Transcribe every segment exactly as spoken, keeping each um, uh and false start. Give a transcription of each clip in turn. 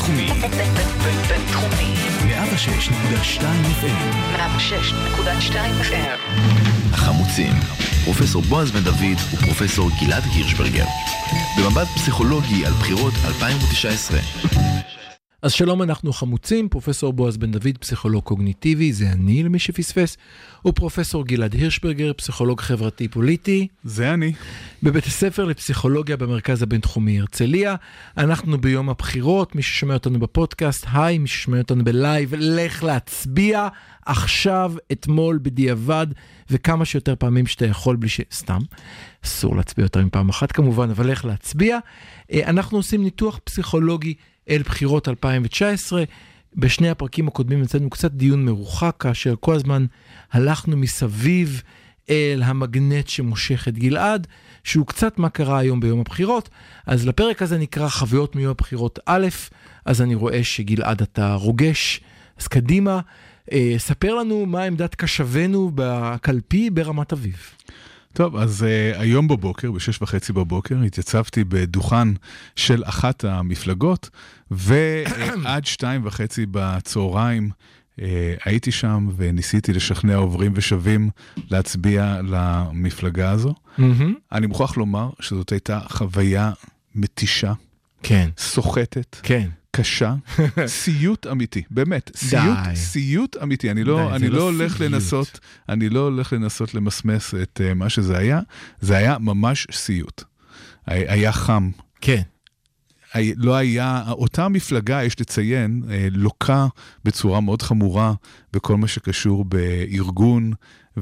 בינתחומי. בינתחומי. מאה ושש נקודה שתיים אף אם. מאה ושש נקודה שתיים אף אם. החמוצים, פרופסור בועז בן דוד ופרופסור גלעד הירשברגר. במבט פסיכולוגי על בחירות אלפיים תשע עשרה. אז שלום, אנחנו חמוצים, פרופסור בועז בן דוד, פסיכולוג קוגניטיבי, זה אני למי שפספס, ופרופסור גלעד הירשברגר, פסיכולוג חברתי פוליטי. זה אני. בבית הספר לפסיכולוגיה במרכז הבינתחומי הרצליה. אנחנו ביום הבחירות, מי ששומע אותנו בפודקאסט, היי, מי ששומע אותנו בלייב, לך להצביע עכשיו, אתמול, בדיעבד, וכמה שיותר פעמים שאתה יכול בלי ש... סתם, אסור להצביע יותר מפעם אחת כמובן, אבל לך להצביע. אנחנו עושים ניתוח פסיכולוגי אל בחירות אלפיים תשע עשרה, בשני הפרקים הקודמים יצאנו קצת דיון מרוחק, כאשר כל הזמן הלכנו מסביב אל המגנט שמושך את גלעד, שהוא קצת מה קרה היום ביום הבחירות. אז לפרק הזה נקרא חוויות מיום הבחירות א', אז אני רואה שגלעד אתה רוגש, אז קדימה, אה, ספר לנו מה עמדת קשבנו בקלפי ברמת אביב. טוב, אז uh, היום בבוקר, בשש וחצי בבוקר, התייצבתי בדוכן של אחת המפלגות, ועד שתיים וחצי בצהריים uh, הייתי שם, וניסיתי לשכנע עוברים ושווים להצביע למפלגה הזו. Mm-hmm. אני מוכרח לומר שזאת הייתה חוויה מתישה, כן. סוחטת, כן. קשה, סיוט אמיתי, באמת, סיוט, סיוט אמיתי. אני לא, אני לא הולך לנסות, אני לא הולך לנסות למסמס את מה שזה היה. זה היה ממש סיוט. היה חם. כן. לא היה, אותה מפלגה, יש לציין, לוקה בצורה מאוד חמורה בכל מה שקשור בארגון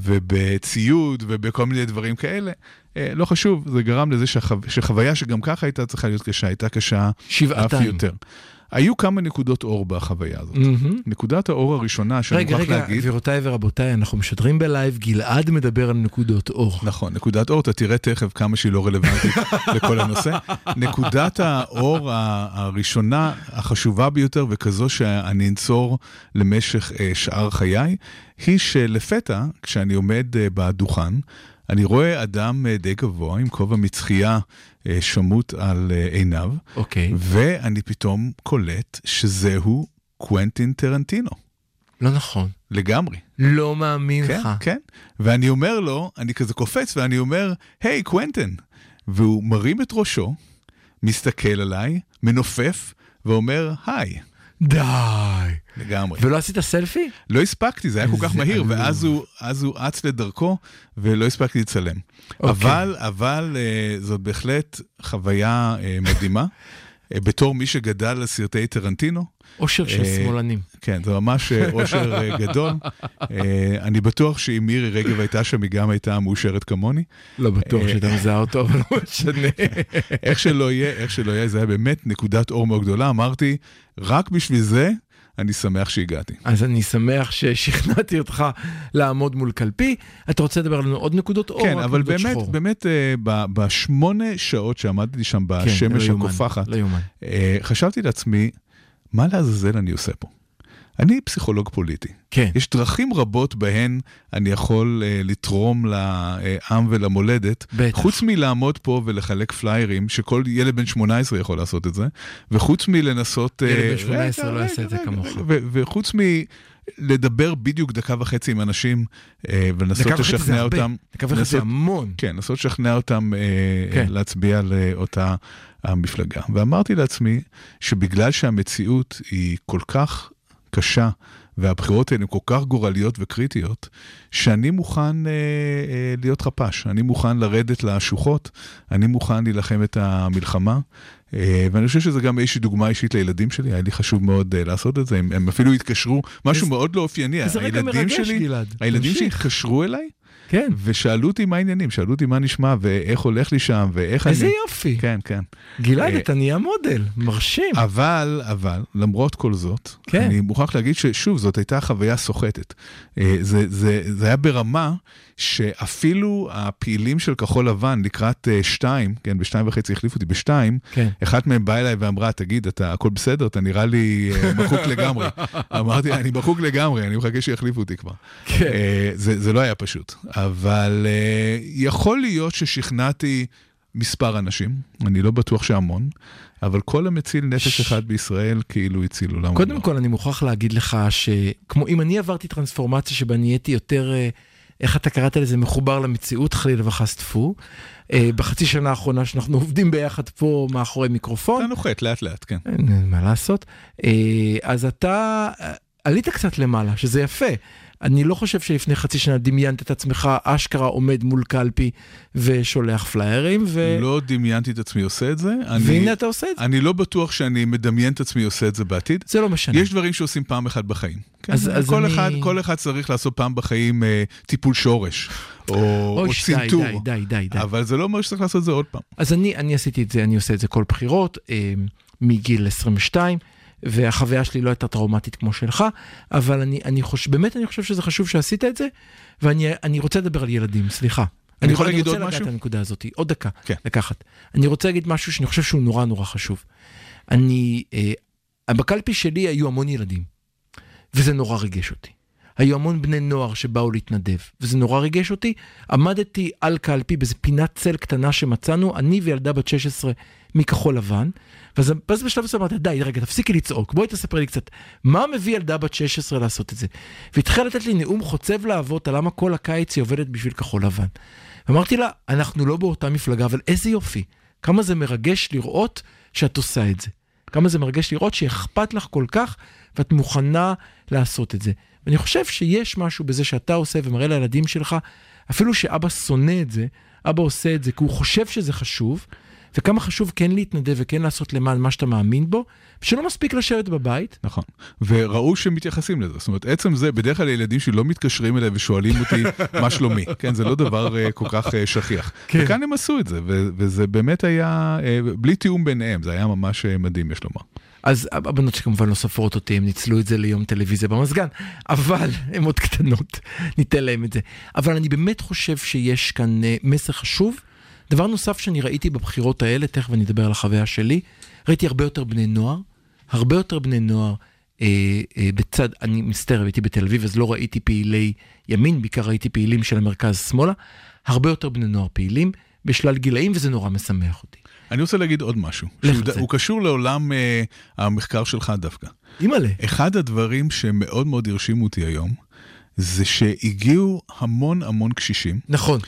ובציוד ובכל מיני דברים כאלה. לא חשוב, זה גרם לזה שחוויה שגם ככה הייתה צריכה להיות קשה, הייתה קשה אף יותר. היו כמה נקודות אור בחוויה הזאת. Mm-hmm. נקודת האור הראשונה שאני מוכרח להגיד... רגע, רגע, גבירותיי ורבותיי, אנחנו משדרים בלייב, גלעד מדבר על נקודות אור. נכון, נקודת אור, אתה תראה תכף כמה שהיא לא רלוונטית לכל הנושא. נקודת האור הראשונה, החשובה ביותר, וכזו שאני אנצור למשך שאר חיי, היא שלפתע, כשאני עומד בדוכן, אני רואה אדם די גבוה עם כובע מצחייה שמות על עיניו, אוקיי. ואני פתאום קולט שזהו קוונטין טרנטינו. לא נכון. לגמרי. לא מאמין כן, לך. כן. ואני אומר לו, אני כזה קופץ ואני אומר, היי קוונטין. והוא מרים את ראשו, מסתכל עליי, מנופף ואומר, היי. די. לגמרי. ולא עשית סלפי? לא הספקתי, זה היה כל כך מהיר, ואז הוא, אז הוא אץ לדרכו, ולא הספקתי לצלם. אבל, אבל, זאת בהחלט חוויה מדהימה, בתור מי שגדל על סרטי טרנטינו. אושר של שמאלנים. כן, זה ממש אושר גדול. אני בטוח שאם מירי רגב הייתה שם, היא גם הייתה מאושרת כמוני. לא בטוח שאתה מזהה אותו, אבל לא משנה. איך שלא יהיה, איך שלא יהיה, זה היה באמת נקודת אור מאוד גדולה. אמרתי, רק בשביל זה, אני שמח שהגעתי. אז אני שמח ששכנעתי אותך לעמוד מול קלפי. אתה רוצה לדבר לנו עוד נקודות אור? כן, אבל באמת, באמת, בשמונה שעות שעמדתי שם בשמש הקופחת, חשבתי לעצמי, מה לעזאזל אני עושה פה? אני פסיכולוג פוליטי. כן. יש דרכים רבות בהן אני יכול uh, לתרום לעם ולמולדת, בטח. חוץ מלעמוד פה ולחלק פליירים, שכל ילד בן שמונה עשרה יכול לעשות את זה, וחוץ מלנסות... ילד בן שמונה עשרה לא יעשה את זה כמוך. וחוץ מלדבר בדיוק דקה וחצי עם אנשים, uh, ולנסות לשכנע אותם... דקה וחצי זה המון. כן, לנסות לשכנע אותם uh, כן. להצביע לאותה המפלגה. ואמרתי לעצמי שבגלל שהמציאות היא כל כך... קשה, והבחירות האלה הן כל כך גורליות וקריטיות, שאני מוכן אה, אה, להיות חפש, אני מוכן לרדת לשוחות, אני מוכן להילחם את המלחמה, אה, ואני חושב שזה גם איזושהי דוגמה אישית לילדים שלי, היה לי חשוב מאוד אה, לעשות את זה, הם, הם אפילו התקשרו, משהו איזה, מאוד לא אופייני, הילדים שלי, גלעד. הילדים תמשיך. שלי התקשרו אליי, כן. ושאלו אותי מה העניינים, שאלו אותי מה נשמע, ואיך הולך לי שם, ואיך איזה אני... יופי. כן, כן. גלעד, אתה נהיה מודל, מרשים. אבל, אבל, למרות כל זאת, כן. אני מוכרח להגיד ששוב, זאת הייתה חוויה סוחטת. זה, זה, זה היה ברמה שאפילו הפעילים של כחול לבן לקראת שתיים, כן, בשתיים וחצי החליפו אותי בשתיים, כן. אחת מהם באה אליי ואמרה, תגיד, אתה הכל בסדר? אתה נראה לי מחוק לגמרי. אמרתי, אני מחוק לגמרי, אני מחכה שיחליפו אותי כבר. כן. זה, זה לא היה פשוט. אבל יכול להיות ששכנעתי מספר אנשים, אני לא בטוח שהמון, אבל כל המציל נפש אחד בישראל כאילו הציל עולם. קודם כל אני מוכרח להגיד לך שכמו אם אני עברתי טרנספורמציה שבה נהייתי יותר, איך אתה קראת לזה, מחובר למציאות, חלילה וחסטפו, בחצי שנה האחרונה שאנחנו עובדים ביחד פה מאחורי מיקרופון. אתה נוחת לאט לאט, כן. מה לעשות? אז אתה עלית קצת למעלה, שזה יפה. אני לא חושב שלפני חצי שנה דמיינת את עצמך, אשכרה עומד מול קלפי ושולח פליירים. ו... לא דמיינתי את עצמי עושה את זה. והנה אני, אתה עושה את זה. אני לא בטוח שאני מדמיין את עצמי עושה את זה בעתיד. זה לא משנה. יש דברים שעושים פעם אחת בחיים. כן? אז, אז כל, אני... אחד, כל אחד צריך לעשות פעם בחיים אה, טיפול שורש, או, או צינטור. די, די, די, די. אבל זה לא אומר שצריך לעשות את זה עוד פעם. אז אני, אני עשיתי את זה, אני עושה את זה כל בחירות, אה, מגיל עשרים ושתיים, והחוויה שלי לא הייתה טראומטית כמו שלך, אבל אני, אני חושב, באמת אני חושב שזה חשוב שעשית את זה, ואני אני רוצה לדבר על ילדים, סליחה. אני, אני יכול להגיד עוד משהו? אני רוצה לגעת את הנקודה הזאת, עוד דקה, כן. לקחת. אני רוצה להגיד משהו שאני חושב שהוא נורא נורא חשוב. אני, אה, בקלפי שלי היו המון ילדים, וזה נורא ריגש אותי. היו המון בני נוער שבאו להתנדב, וזה נורא ריגש אותי. עמדתי על קלפי באיזו פינת צל קטנה שמצאנו, אני וילדה בת שש עשרה מכחול לבן, ואז בשלב הזה אמרתי, די, רגע, תפסיקי לצעוק, בואי תספר לי קצת, מה מביא ילדה בת שש עשרה לעשות את זה? והתחילה לתת לי נאום חוצב לאבות, על למה כל הקיץ היא עובדת בשביל כחול לבן. ואמרתי לה, אנחנו לא באותה מפלגה, אבל איזה יופי, כמה זה מרגש לראות שאת עושה את זה. כמה זה מרגש לראות שאכפת לך כל כך, ואת מוכנה לעשות את זה. ואני חושב שיש משהו בזה שאתה עושה ומראה לילדים שלך, אפילו שאבא שונא את זה, אבא עושה את זה, כי הוא חושב שזה חשוב, וכמה חשוב כן להתנדב וכן לעשות למען מה שאתה מאמין בו, ושלא מספיק לשבת בבית. נכון, וראו שמתייחסים לזה, זאת אומרת, עצם זה, בדרך כלל הילדים שלא מתקשרים אליי ושואלים אותי מה שלומי, כן, זה לא דבר כל כך שכיח. כן. וכאן הם עשו את זה, וזה באמת היה, בלי תיאום ביניהם, זה היה ממש מדהים, יש לומר. אז הבנות שכמובן לא ספרות אותי, הם ניצלו את זה ליום טלוויזיה במזגן, אבל הן עוד קטנות, ניתן להם את זה. אבל אני באמת חושב שיש כאן מסר חשוב. דבר נוסף שאני ראיתי בבחירות האלה, תכף אני אדבר על החוויה שלי, ראיתי הרבה יותר בני נוער, הרבה יותר בני נוער אה, אה, בצד, אני מסתר, הייתי בתל אביב, אז לא ראיתי פעילי ימין, בעיקר ראיתי פעילים של המרכז שמאלה, הרבה יותר בני נוער פעילים, בשלל גילאים, וזה נורא משמח אותי. אני רוצה להגיד עוד משהו, שהוא קשור לעולם אה, המחקר שלך דווקא. אימאלה. אחד הדברים שמאוד מאוד הרשימו אותי היום, זה שהגיעו המון המון קשישים. נכון.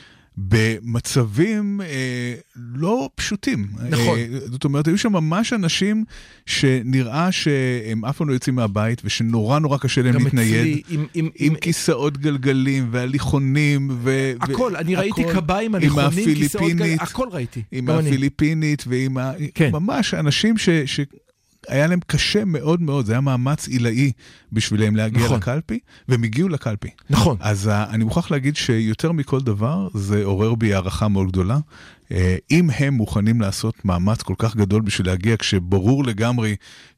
במצבים אה, לא פשוטים. נכון. אה, זאת אומרת, היו שם ממש אנשים שנראה שהם אף פעם לא יוצאים מהבית, ושנורא נורא קשה להם להתנייד. עם, עם, עם, עם כיסאות גלגלים והליכונים. ו, הכל, ו, אני הכל, ראיתי קביים, הליכונים, כיסאות גלגלים, הכל ראיתי. עם הפיליפינית ועם ה... כן. ממש אנשים ש... ש היה להם קשה מאוד מאוד, זה היה מאמץ עילאי בשבילם להגיע נכון. לקלפי, והם הגיעו לקלפי. נכון. אז uh, אני מוכרח להגיד שיותר מכל דבר, זה עורר בי הערכה מאוד גדולה. Uh, אם הם מוכנים לעשות מאמץ כל כך גדול בשביל להגיע, כשברור לגמרי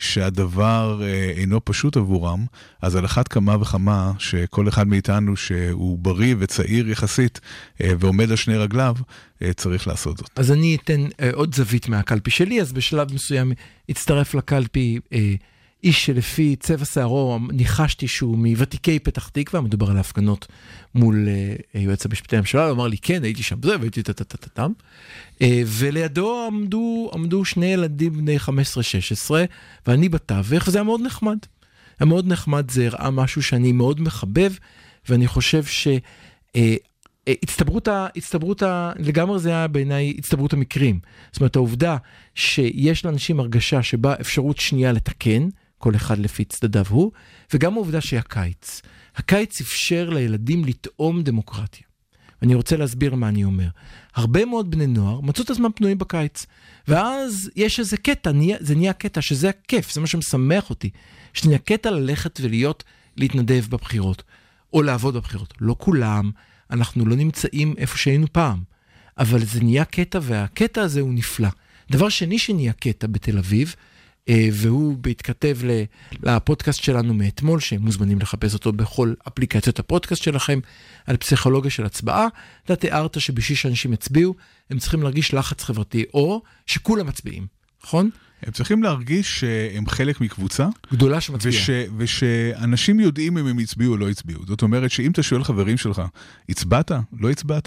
שהדבר uh, אינו פשוט עבורם, אז על אחת כמה וכמה, שכל אחד מאיתנו שהוא בריא וצעיר יחסית, uh, ועומד על שני רגליו, uh, צריך לעשות זאת. אז אני אתן uh, עוד זווית מהקלפי שלי, אז בשלב מסוים הצטרף לקלפי uh, איש שלפי צבע שערו, ניחשתי שהוא מוותיקי פתח תקווה, מדובר על ההפגנות מול uh, יועץ המשפטי לממשלה, הוא אמר לי, כן, הייתי שם זה, והייתי תתתתם, uh, ולידו עמדו, עמדו שני ילדים בני חמש עשרה שש עשרה, ואני בתווך, וזה היה מאוד נחמד. היה מאוד נחמד, זה הראה משהו שאני מאוד מחבב, ואני חושב ש... Uh, הצטברות, הצטברות, לגמרי זה היה בעיניי הצטברות המקרים. זאת אומרת, העובדה שיש לאנשים הרגשה שבה אפשרות שנייה לתקן, כל אחד לפי צדדיו הוא, וגם העובדה שהיה קיץ. הקיץ אפשר לילדים לטעום דמוקרטיה. ואני רוצה להסביר מה אני אומר. הרבה מאוד בני נוער מצאו את הזמן פנויים בקיץ, ואז יש איזה קטע, זה נהיה קטע שזה הכיף, זה מה שמשמח אותי, שנהיה קטע ללכת ולהיות, להתנדב בבחירות, או לעבוד בבחירות. לא כולם, אנחנו לא נמצאים איפה שהיינו פעם, אבל זה נהיה קטע, והקטע הזה הוא נפלא. דבר שני שנהיה קטע בתל אביב, והוא בהתכתב לפודקאסט שלנו מאתמול, שהם מוזמנים לחפש אותו בכל אפליקציות הפודקאסט שלכם, על פסיכולוגיה של הצבעה. אתה תיארת שבשביל שאנשים הצביעו, הם צריכים להרגיש לחץ חברתי, או שכולם מצביעים, נכון? הם צריכים להרגיש שהם חלק מקבוצה. גדולה שמצביעה. וש, ושאנשים יודעים אם הם הצביעו או לא הצביעו. זאת אומרת שאם אתה שואל חברים שלך, הצבעת? לא הצבעת?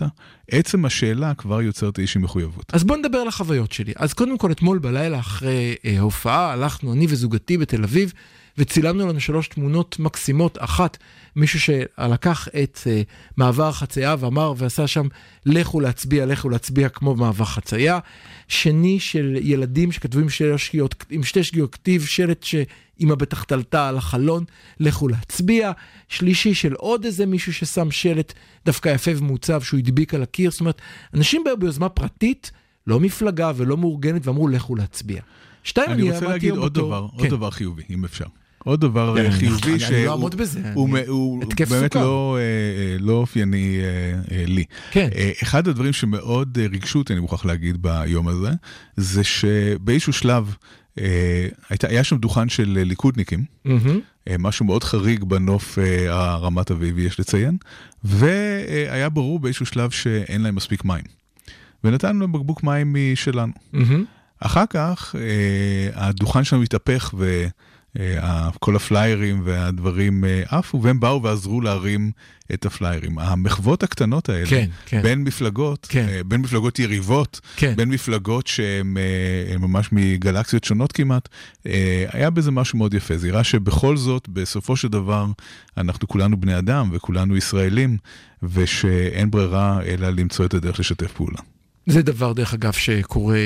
עצם השאלה כבר יוצרת איזושהי מחויבות. אז בוא נדבר על החוויות שלי. אז קודם כל, אתמול בלילה אחרי אה, הופעה, הלכנו אני וזוגתי בתל אביב, וצילמנו לנו שלוש תמונות מקסימות. אחת, מישהו שלקח את uh, מעבר חצייה ואמר ועשה שם לכו להצביע, לכו להצביע כמו מעבר חצייה. שני, של ילדים שכתבו עם, שגיאות, עם שתי שגיאות כתיב, שלט שאמא בטח תלתה על החלון, לכו להצביע. שלישי, של עוד איזה מישהו ששם שלט דווקא יפה ומוצב שהוא הדביק על הקיר. זאת אומרת, אנשים באו ביוזמה פרטית, לא מפלגה ולא מאורגנת, ואמרו לכו להצביע. שתיים, אני רוצה להגיד עוד דבר, עוד דבר חיובי, אם אפשר. עוד דבר חיובי שהוא באמת לא אופייני לי. אחד הדברים שמאוד ריגשו, אני מוכרח להגיד ביום הזה, זה שבאיזשהו שלב היה שם דוכן של ליכודניקים, משהו מאוד חריג בנוף הרמת אביב, יש לציין, והיה ברור באיזשהו שלב שאין להם מספיק מים. ונתנו להם בקבוק מים משלנו. אחר כך הדוכן שלנו התהפך ו... כל הפליירים והדברים עפו, והם באו ועזרו להרים את הפליירים. המחוות הקטנות האלה, כן, כן. בין מפלגות, כן. בין מפלגות יריבות, כן. בין מפלגות שהן ממש מגלקסיות שונות כמעט, היה בזה משהו מאוד יפה. זה יראה שבכל זאת, בסופו של דבר, אנחנו כולנו בני אדם וכולנו ישראלים, ושאין ברירה אלא למצוא את הדרך לשתף פעולה. זה דבר דרך אגב שקורה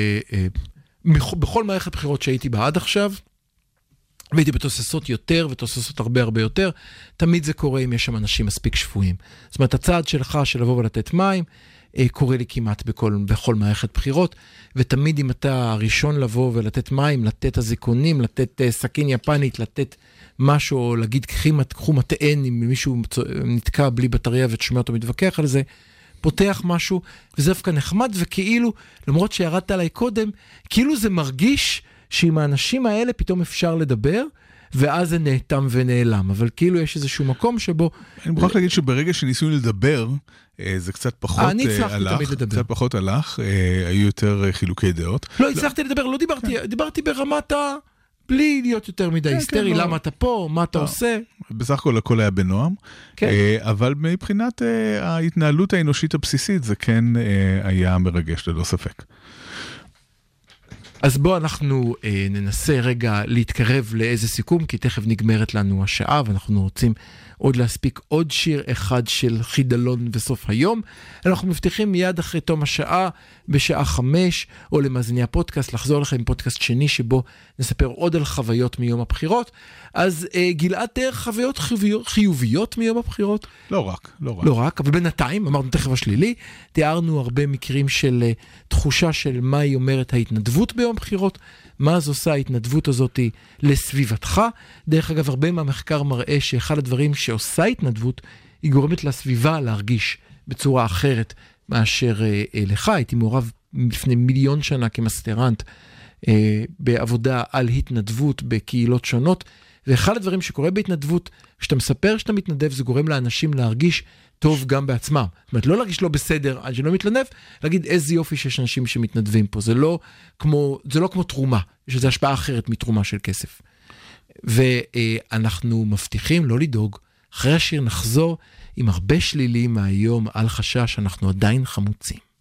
בכל מערכת בחירות שהייתי בה עד עכשיו, והייתי בתוססות יותר ותוססות הרבה הרבה יותר, תמיד זה קורה אם יש שם אנשים מספיק שפויים. זאת אומרת, הצעד שלך של לבוא ולתת מים, קורה לי כמעט בכל, בכל מערכת בחירות, ותמיד אם אתה הראשון לבוא ולתת מים, לתת הזיכונים, לתת סכין יפנית, לתת משהו, או להגיד קחו מטען אם מישהו נתקע בלי בטריה ותשמע אותו מתווכח על זה, פותח משהו, וזה דווקא נחמד, וכאילו, למרות שירדת עליי קודם, כאילו זה מרגיש שעם האנשים האלה פתאום אפשר לדבר, ואז זה נאטם ונעלם. אבל כאילו יש איזשהו מקום שבו... אני מוכרח להגיד שברגע שניסינו לדבר, זה קצת פחות הלך. אני הצלחתי תמיד לדבר. קצת פחות הלך, היו יותר חילוקי דעות. לא, הצלחתי לדבר, לא דיברתי, דיברתי ברמת ה... בלי להיות יותר מדי היסטרי, למה אתה פה, מה אתה עושה. בסך הכל הכל היה בנועם, אבל מבחינת ההתנהלות האנושית הבסיסית, זה כן היה מרגש ללא ספק. אז בוא אנחנו אה, ננסה רגע להתקרב לאיזה סיכום, כי תכף נגמרת לנו השעה, ואנחנו רוצים עוד להספיק עוד שיר אחד של חידלון בסוף היום. אנחנו מבטיחים מיד אחרי תום השעה, בשעה חמש, או למאזיני הפודקאסט, לחזור לכם עם פודקאסט שני, שבו נספר עוד על חוויות מיום הבחירות. אז אה, גלעד תאר חוויות חיוביות, חיוביות מיום הבחירות? לא רק, לא רק. לא רק, אבל בינתיים, אמרנו תכף השלילי, תיארנו הרבה מקרים של אה, תחושה של מה היא אומרת ההתנדבות ביום הבחירות, מה אז עושה ההתנדבות הזאת לסביבתך. דרך אגב, הרבה מהמחקר מראה שאחד הדברים שעושה התנדבות, היא גורמת לסביבה להרגיש בצורה אחרת מאשר אה, אה, לך. הייתי מעורב לפני מיליון שנה כמסטרנט אה, בעבודה על התנדבות בקהילות שונות, ואחד הדברים שקורה בהתנדבות, כשאתה מספר שאתה מתנדב, זה גורם לאנשים להרגיש טוב גם בעצמם. זאת אומרת, לא להרגיש לא בסדר עד שלא מתלנב, להגיד איזה יופי שיש אנשים שמתנדבים פה. זה לא כמו, זה לא כמו תרומה, יש איזו השפעה אחרת מתרומה של כסף. ואנחנו מבטיחים לא לדאוג, אחרי השיר נחזור עם הרבה שלילים מהיום על חשש, אנחנו עדיין חמוצים.